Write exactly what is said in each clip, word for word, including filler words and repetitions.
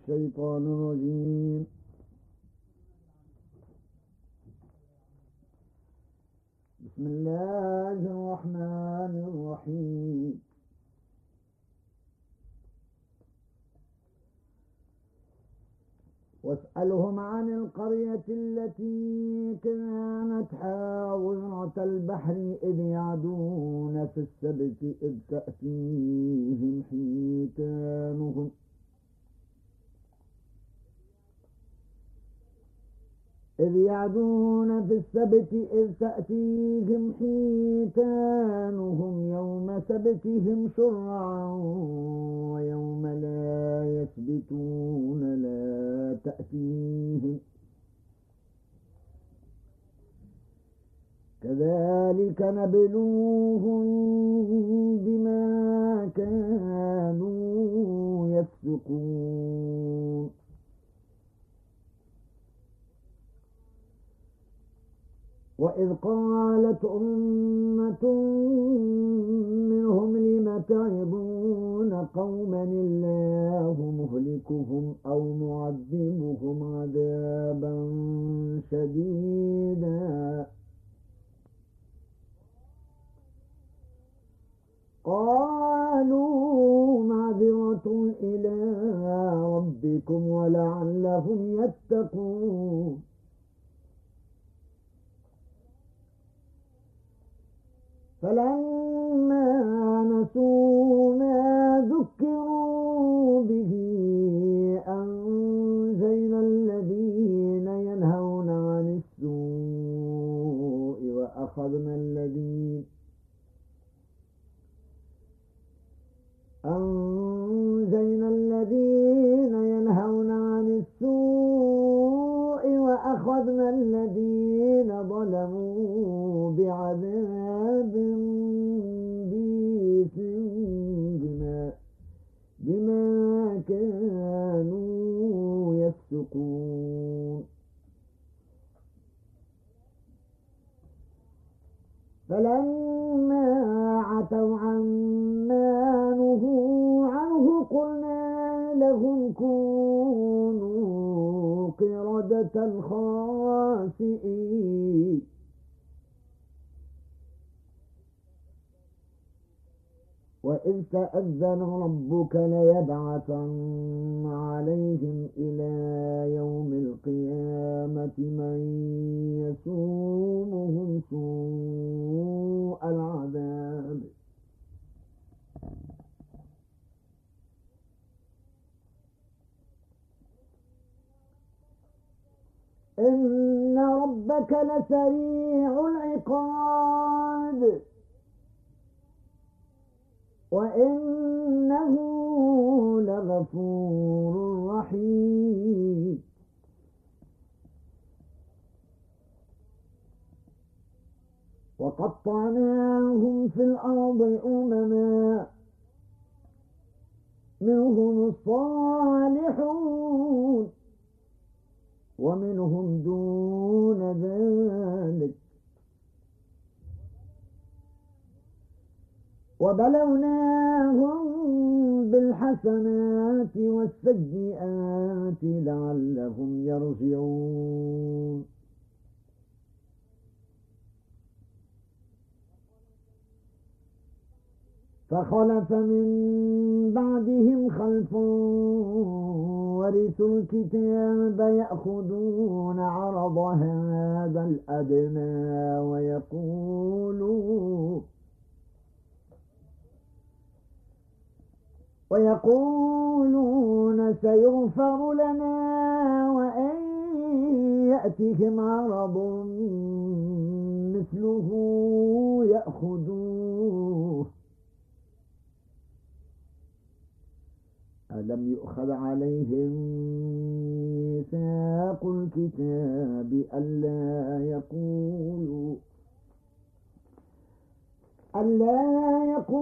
الشيطان الرجيم. بسم الله الرحمن الرحيم. واسألهم عن القرية التي كانت حاضرة البحر إذ يعدون في السبت إذ تأتيهم حيتانهم إذ يعدون في السبت إذ تأتيهم حيتانهم يوم سبتهم شرعا ويوم لا يسبتون لا تأتيهم كذلك نبلوهم بما كانوا يفسقون. وإذ قالت أمة منهم لم تعظون قوما الله مهلكهم أو معذبهم عذابا شديدا قالوا معذرة إلى ربكم ولعلهم يتقون. فلما نسوا ما ذكروا به أنجينا الذين ينهون عن السوء وأخذنا الذين أنجينا الذين ينهون عن السوء وأخذنا الذين ظلموا بعذاب بئيس بما, بما كانوا يفسقون. فلما عتوا عما نهوا عنه قلنا لهم كونوا قردة خاسئين. وإذ تأذن ربك ليبعثن عليهم إلى يوم القيامة من يسومهم سوء العذاب إن ربك لسريع العقاب وإنه لغفور رحيم. وقطعناهم في الأرض أمما منهم الصالحون ومنهم دون ذلك وبلوناهم بالحسنات والسيئات لعلهم يرجعون. فخلف من بعدهم خلف ورثوا الكتاب يأخذون عرض هذا الأدنى ويقولون ويقولون سيغفر لنا وإن يأتهم عرض مثله يأخذوه ألم يؤخذ عليهم ميثاق الكتاب ألا يقولوا ألا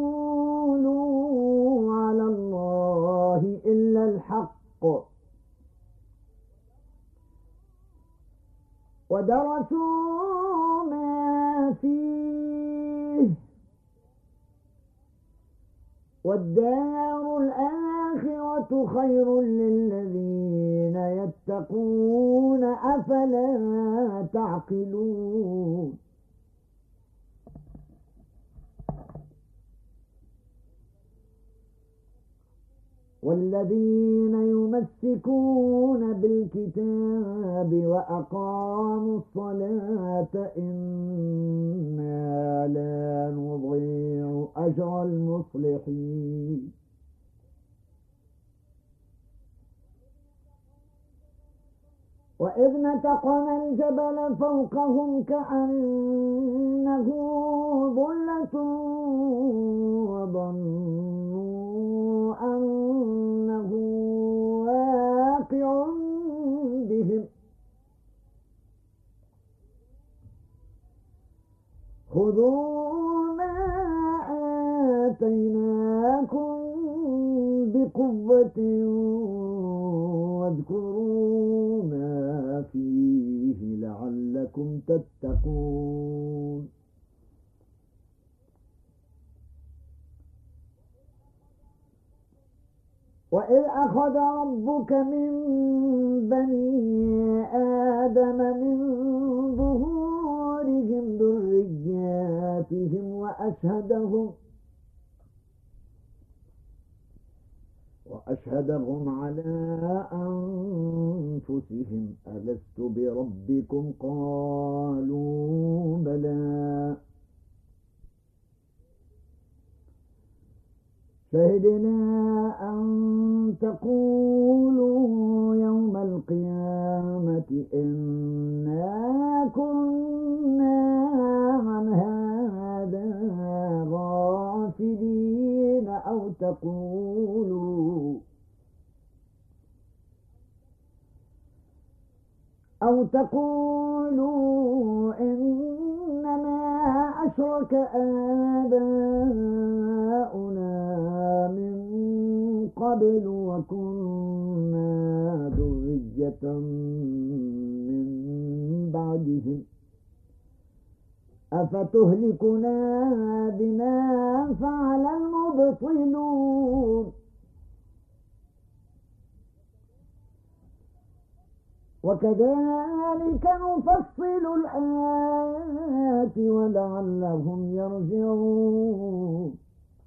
يقولوا على الله إلا الحق ودرسوا ما فيه والدار الآخرة والآخرة خير للذين يتقون أفلا تعقلون والذين يمسكون بالكتاب وأقاموا الصلاة إنا لا نضيع أجر المصلحين وإذ نتقنا الجبل فوقهم كأنه ظلة وظنوا أنه واقع بهم خذوا ما آتيناكم بقوة واذكروا ما فيه لعلكم تتقون وإذ أخذ ربك من بني آدم من ظهورهم ذرياتهم وأشهدهم وأشهدهم على أنفسهم ألست بربكم قالوا بلى شهدنا أن تقولوا يوم القيامة إنا كنا عن هذا غافلين أو تقولوا أو تقولوا إنما أشرك آباؤنا من قبل وكنا ذرية من بعدهم أفتهلكنا بما فعل المبطلون وكذلك نفصل الآيات ولعلهم يرجعون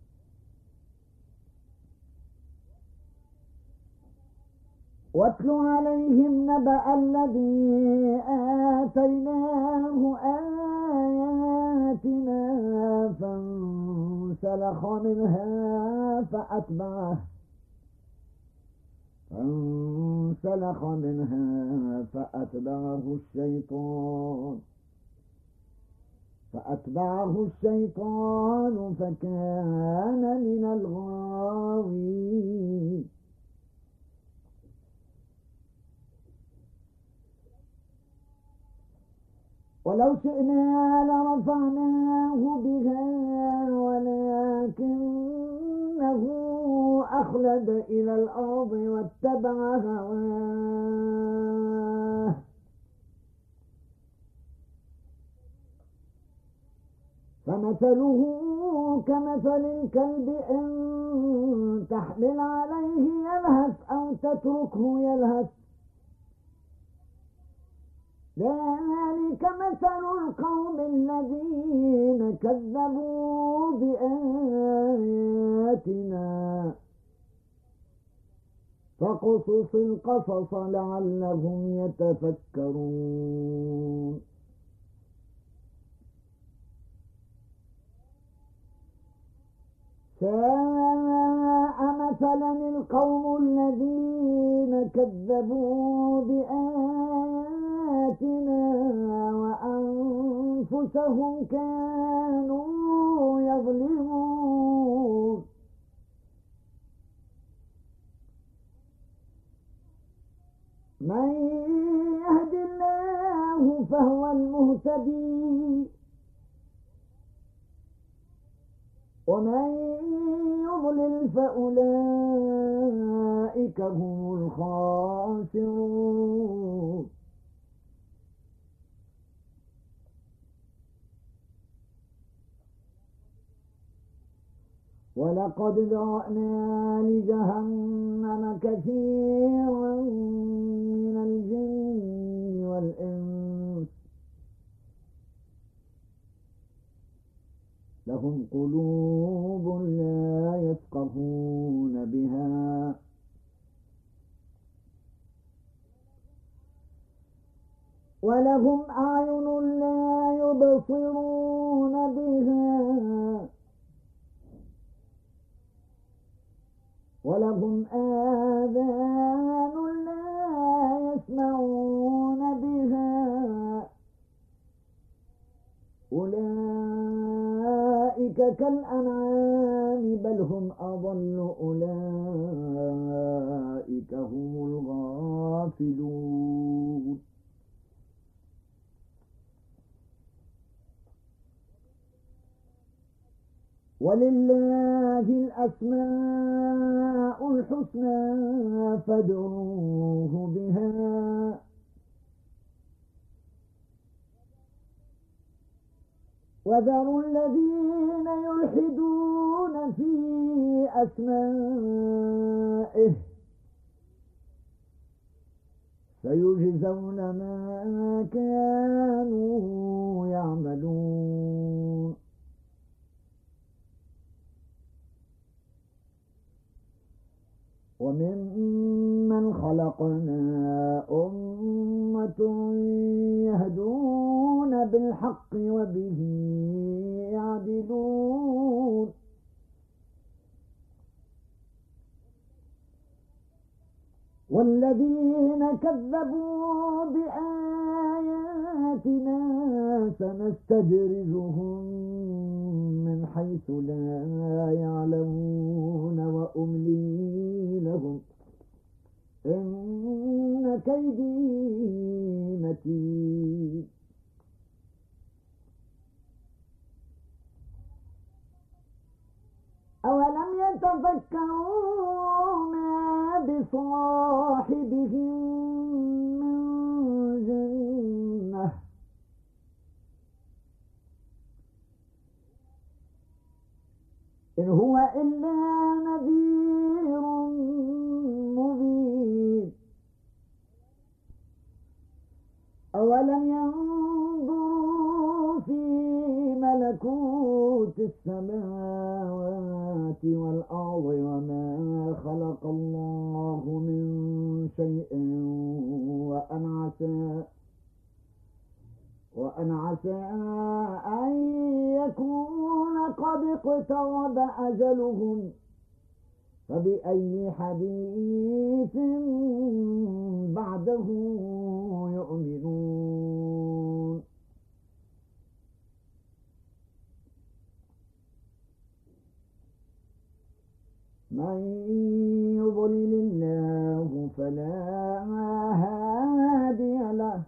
واتل عليهم نبأ الذي آتيناه آياتنا فانسلخ منها فأتبعه فانسلخ منها فأتبعه الشيطان فأتبعه الشيطان فكان من الغاوين ولو شئنا لرفعناه بها ولكنه أخلد إلى الأرض واتبع هواه فمثله كمثل الكلب إن تحمل عليه يلهث أو تتركه يلهث ذلك مثل القوم الذين كذبوا بآياتنا فاقصص القصص لعلهم يتفكرون ساء مثلا القوم الذين كذبوا بآياتنا وأنفسهم كانوا يظلمون من يهد الله فهو المهتدي ومن يضلل فأولئك هم الخاسرون ولقد ذرأنا لجهنم كثيرا من الجن والإنس لهم قلوب لا يفقهون بها ولهم أعين لا يبصرون بها ولهم آذان لا يسمعون بها أولئك كالأنعام بل هم أضل أولئك هم الغافلون ولله الأسماء الحسنى فادعوه بها وذروا الذين يلحدون في أسمائه سيجزون ما كانوا يعملون وممن خلقنا أمة يهدون بالحق وبه يعدلون والذين كذبوا بآياتنا سنستدرجهم من حيث لا يعلمون وأملي لهم إن كيدي متين أولم يتفكروا ما بصاحبهم من جنة إن هو إلا نذير مبين أولم ينظروا في ملكوت السماوات والأرض وما خلق الله من شيء وأن عسى وأن عسى أن يكون قد اقترب أجلهم فبأي حديث بعده يؤمنون من يضلل الله فلا هادي له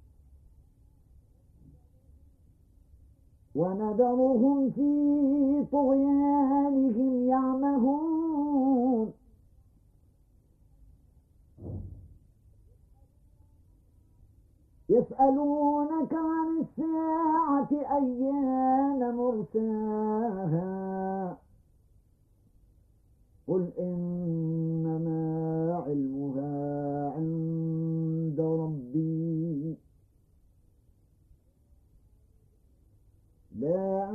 ونذرهم في طغيانهم يعمهون يسألونك عن الساعة أيان مرساها قل إنما علمها عند ربي لا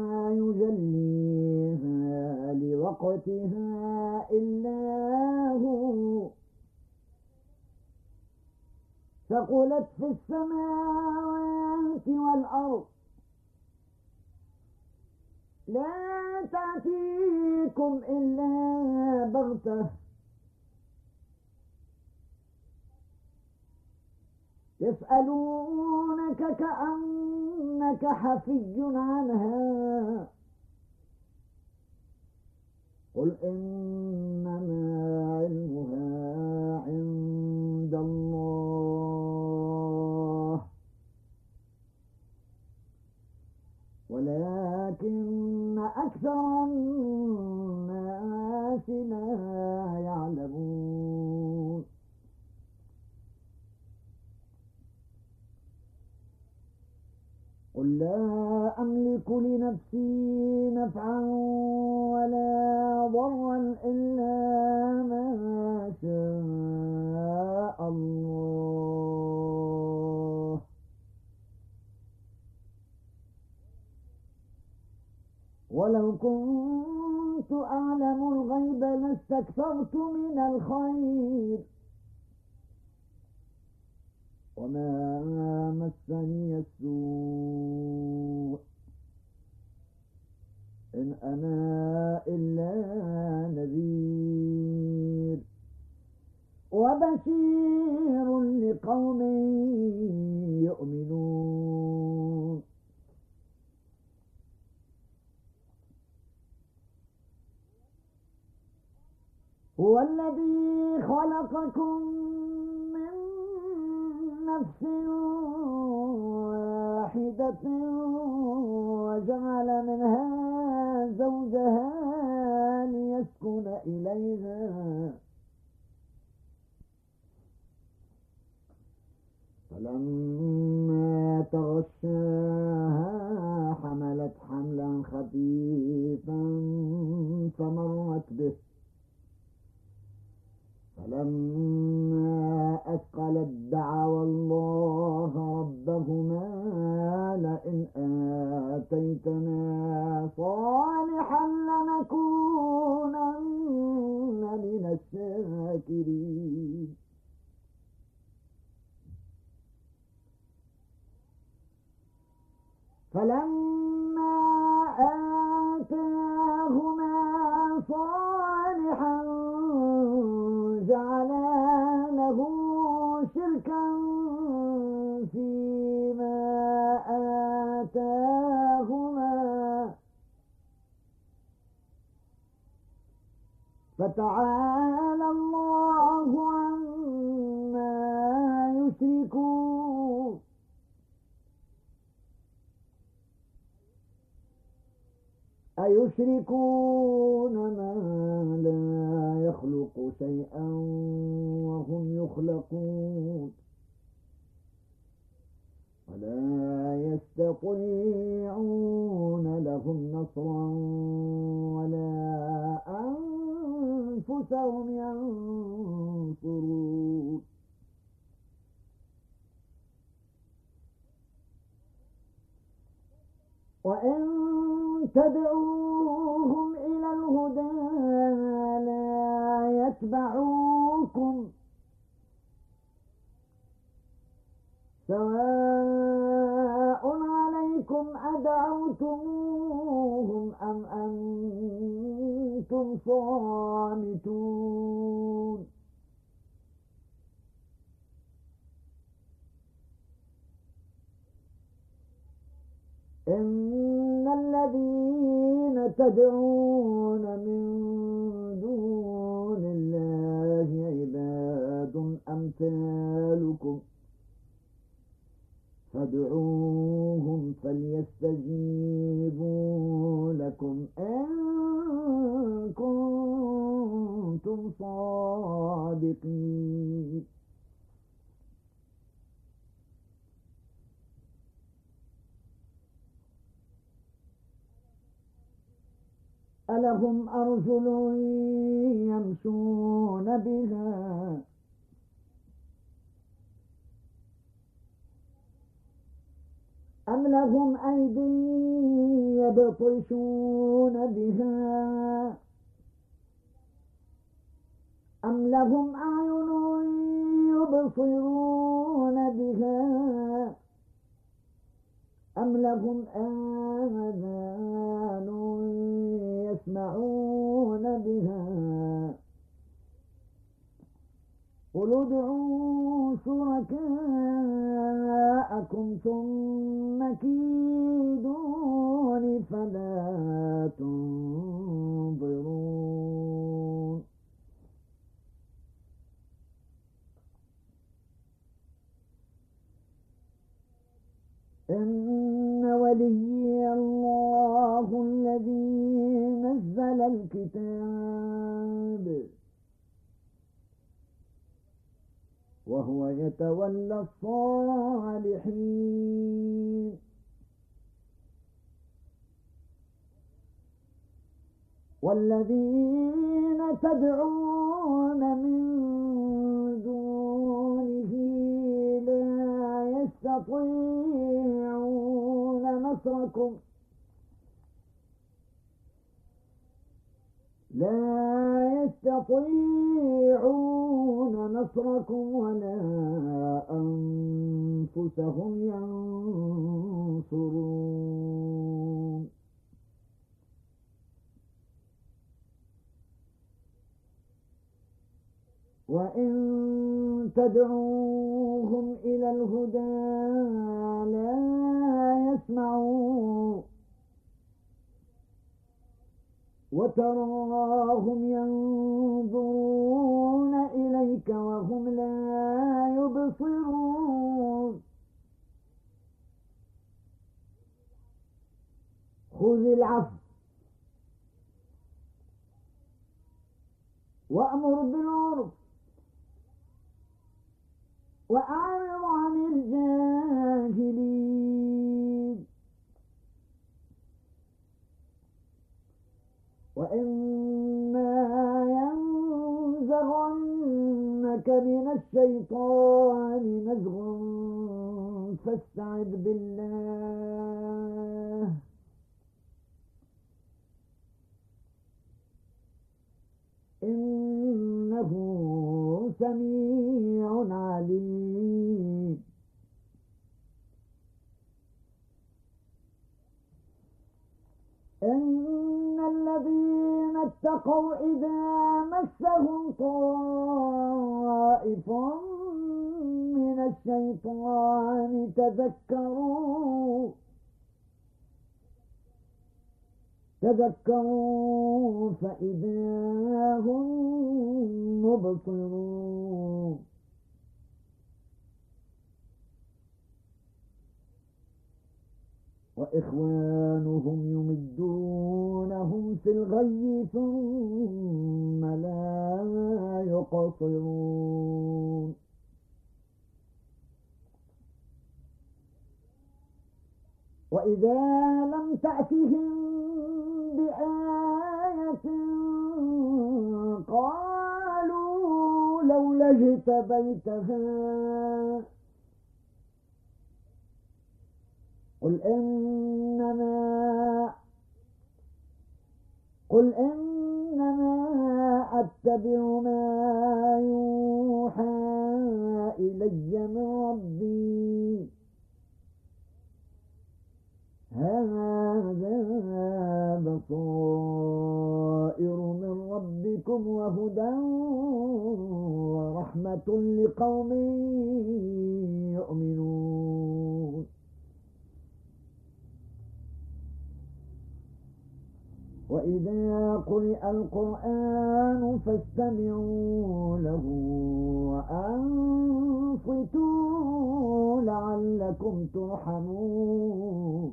يجليها لوقتها إلا هو ثقلت في السماوات والأرض لا تأتيكم إلا بغتة يسألونك كأنك حفي عنها قل إنما علمها عند الله ولكن أكثر الناس لا يعلمون قل لا أملك لنفسي نفعا ولا ضرا إلا ما شاء كنت أعلم الغيب لاستكثرت من الخير وما مسني السوء إن أنا إلا نذير وبشير لقوم يؤمنون. هو الذي خلقكم من نفس واحدة وجعل منها زوجها ليسكن إليها فلما تغشاها حملت حملا خفيفا فمرت به فلما أثقلت دعوا الله ربهما لئن آتيتنا صالحا لنكونن من الشاكرين. فلما آتاهما صالحا جعلا له شركا فيما آتاهما فتعالى الله عما يشركون. أيشركون ما لا يخلق شيئا وهم يخلقون ولا يستطيعون لهم نصرا ولا أنفسهم ينصرون. وإن تدعوهم إلى الهدى لا يتبعوكم سواء عليكم أدعوتموهم أم أنتم صامتون. إن الذين تدعون من دون الله عباد أمثالكم فادعوهم فليستجيبوا لكم إن كنتم صادقين. ألهم أرجل يمشون بها أم لهم أيدي يبطشون بها أم لهم أعين يبصرون بها أم لهم آذان يسمعون بها قل ادعوا شركاءكم ثم كيدون فلا تنظرون. إن وليي الله الذي نزل الكتاب وهو يتولى الصالحين. والذين تدعون من دونه لا يستطيعون نصركم يستطيعون نصركم ولا أنفسهم ينصرون وإن تدعوهم إلى الهدى لا يسمعون وتراهم ينظرون إليك وهم لا يبصرون خذ العفو وأمر بالعرف وأعرض عن الجاهلين وإما ينزغنك من الشيطان نزغ فاستعذ بالله إنه سميع عليم إن الذين اتقوا إذا مسهم طائف من الشيطان تذكروا تذكروا فإذا هم مبصرون وإخوانهم يمدونهم في الغي ثم لا يقصرون وإذا لم تأتهم بآية قالوا لولا اجتبيتها قل إنما قل إنما أتبع ما يوحى إلي من ربي هذا بصائر من ربكم وهدى ورحمة لقوم يؤمنون وإذا قرئ القرآن فاستمعوا له وأنصتوا لعلكم ترحمون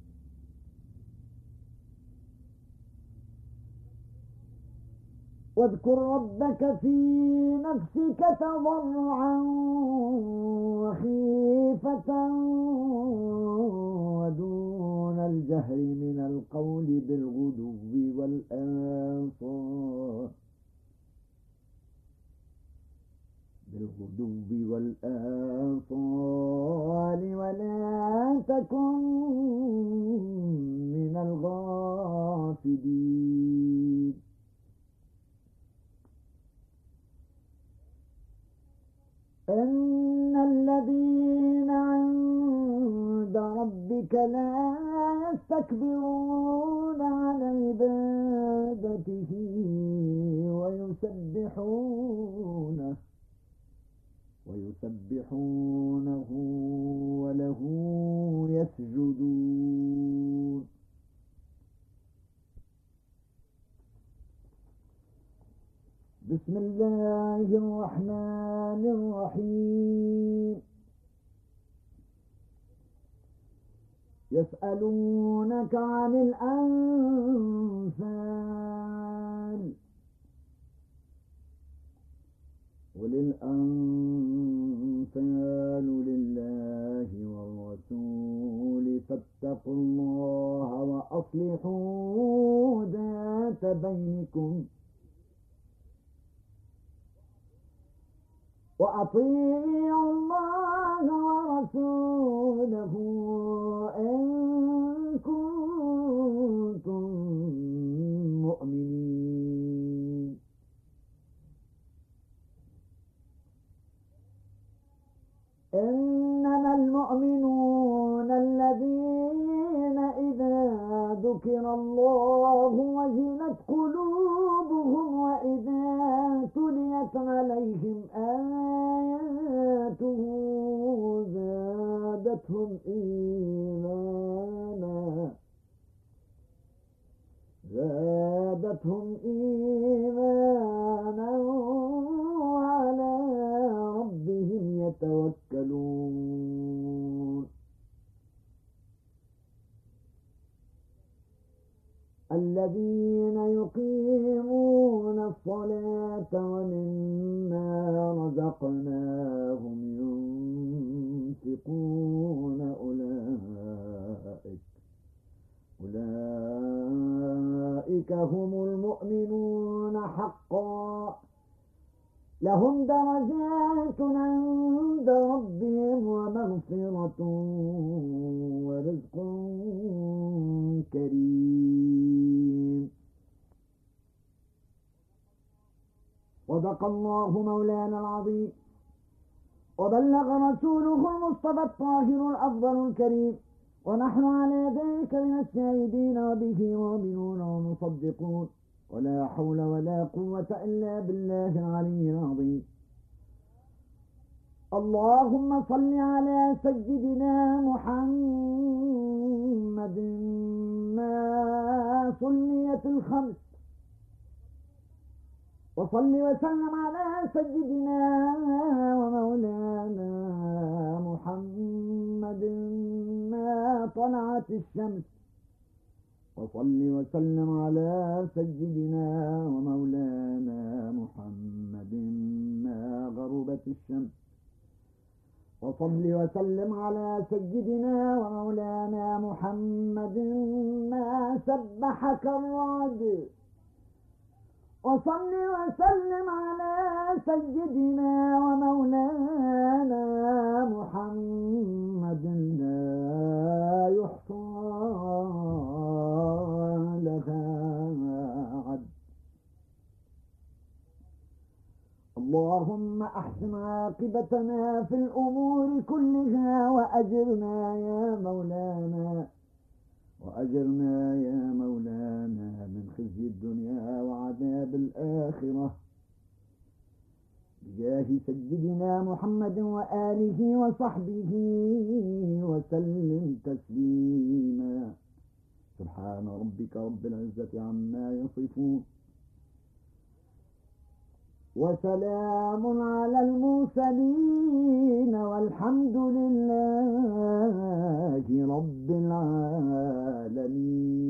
واذكر ربك في نفسك تضرعا وخيفة ودون الجهر من القول بالغدو والآصال بالغدو والآصال ولا تكن من الغافلين إن الذين عند ربك لا يستكبرون عن عبادته ويسبحونه ويسبحونه وله يسجدون بسم الله الرحمن الرحيم يسألونك عن الأنفال قل الأنفال لله والرسول فاتقوا الله وأصلحوا ذات بينكم وأطيعوا الله ورسوله إن كنتم مؤمنين إنما المؤمنون الذين إذا ذكر الله وجلت قلوبهم وإذا تليت عليهم آياته زادتهم إيمانا زادتهم إيمانا وعلى ربهم يتوكلون الذين يقيمون الصلاة ومما رزقناهم ينفقون أولئك أولئك هم المؤمنون حقا لهم درجات عند ربهم ومغفرة ورزق كريم. صدق الله مولانا العظيم وبلغ رسوله المصطفى الطاهر الأفضل الكريم ونحن على ذلك من الشاهدين وبه مؤمنون ومصدقون ولا حول ولا قوة إلا بالله العلي العظيم. اللهم صل على سيدنا محمد ما صليت الخمس وصل وسلم على سيدنا ومولانا محمد ما طلعت الشمس وصل وسلم على سيدنا ومولانا محمد ما غربت الشمس وصل وسلم على سيدنا ومولانا محمد ما سبحك الرعد وصل وسلم على سيدنا ومولانا محمد لا يحصى لها عد. اللهم أحسن عاقبتنا في الأمور كلها وأجرنا يا مولانا وأجرنا يا مولانا من خزي الدنيا وعذاب الآخرة بجاه سيدنا محمد وآله وصحبه وسلم تسليما. سبحان ربك رب العزة عما يصفون وسلام على المرسلين والحمد لله رب العالمين.